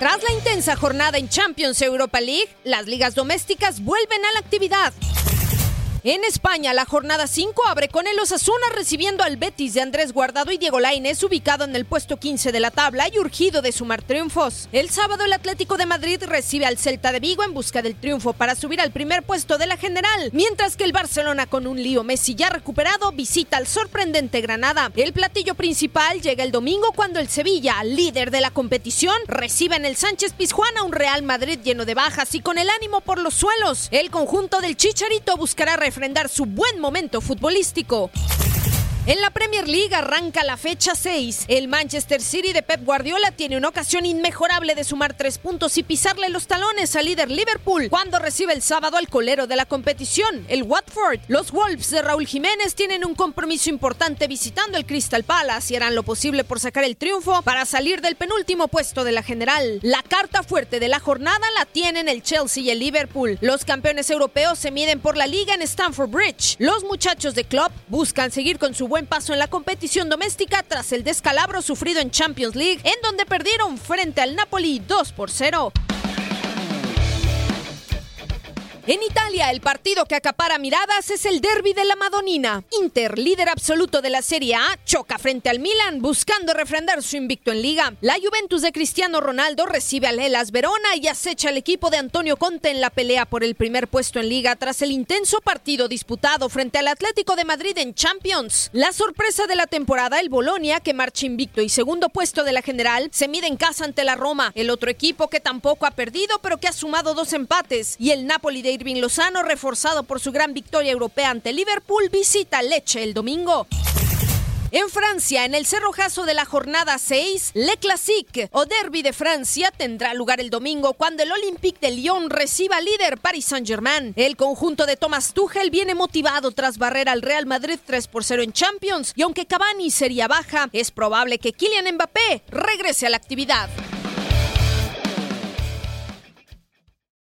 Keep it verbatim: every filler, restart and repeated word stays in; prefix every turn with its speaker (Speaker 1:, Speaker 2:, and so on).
Speaker 1: Tras la intensa jornada en Champions Europa League, las ligas domésticas vuelven a la actividad. En España, la jornada cinco abre con el Osasuna recibiendo al Betis de Andrés Guardado y Diego Lainez, ubicado en el puesto quince de la tabla y urgido de sumar triunfos. El sábado, el Atlético de Madrid recibe al Celta de Vigo en busca del triunfo para subir al primer puesto de la general, mientras que el Barcelona, con un Leo Messi ya recuperado, visita al sorprendente Granada. El platillo principal llega el domingo cuando el Sevilla, líder de la competición, recibe en el Sánchez Pizjuán a un Real Madrid lleno de bajas y con el ánimo por los suelos. El conjunto del Chicharito buscará refrendar su buen momento futbolístico. En la Premier League arranca la fecha seis. El Manchester City de Pep Guardiola tiene una ocasión inmejorable de sumar tres puntos y pisarle los talones al líder Liverpool cuando recibe el sábado al colero de la competición, el Watford. Los Wolves de Raúl Jiménez tienen un compromiso importante visitando el Crystal Palace y harán lo posible por sacar el triunfo para salir del penúltimo puesto de la general. La carta fuerte de la jornada la tienen el Chelsea y el Liverpool. Los campeones europeos se miden por la liga en Stamford Bridge. Los muchachos de Klopp buscan seguir con su buen paso en la competición doméstica tras el descalabro sufrido en Champions League, en donde perdieron frente al Napoli dos por cero. En Italia, el partido que acapara miradas es el derbi de la Madonina. Inter, líder absoluto de la Serie A, choca frente al Milan buscando refrendar su invicto en Liga. La Juventus de Cristiano Ronaldo recibe al Hellas Verona y acecha al equipo de Antonio Conte en la pelea por el primer puesto en Liga tras el intenso partido disputado frente al Atlético de Madrid en Champions. La sorpresa de la temporada, el Bolonia, que marcha invicto y segundo puesto de la general, se mide en casa ante la Roma, el otro equipo que tampoco ha perdido pero que ha sumado dos empates, y el Napoli de Irving Lozano, reforzado por su gran victoria europea ante Liverpool, visita Lecce el domingo. En Francia, en el cerrojazo de la jornada seis, Le Classique o Derby de Francia tendrá lugar el domingo cuando el Olympique de Lyon reciba al líder Paris Saint-Germain. El conjunto de Thomas Tuchel viene motivado tras barrer al Real Madrid tres por cero en Champions y aunque Cavani sería baja, es probable que Kylian Mbappé regrese a la actividad.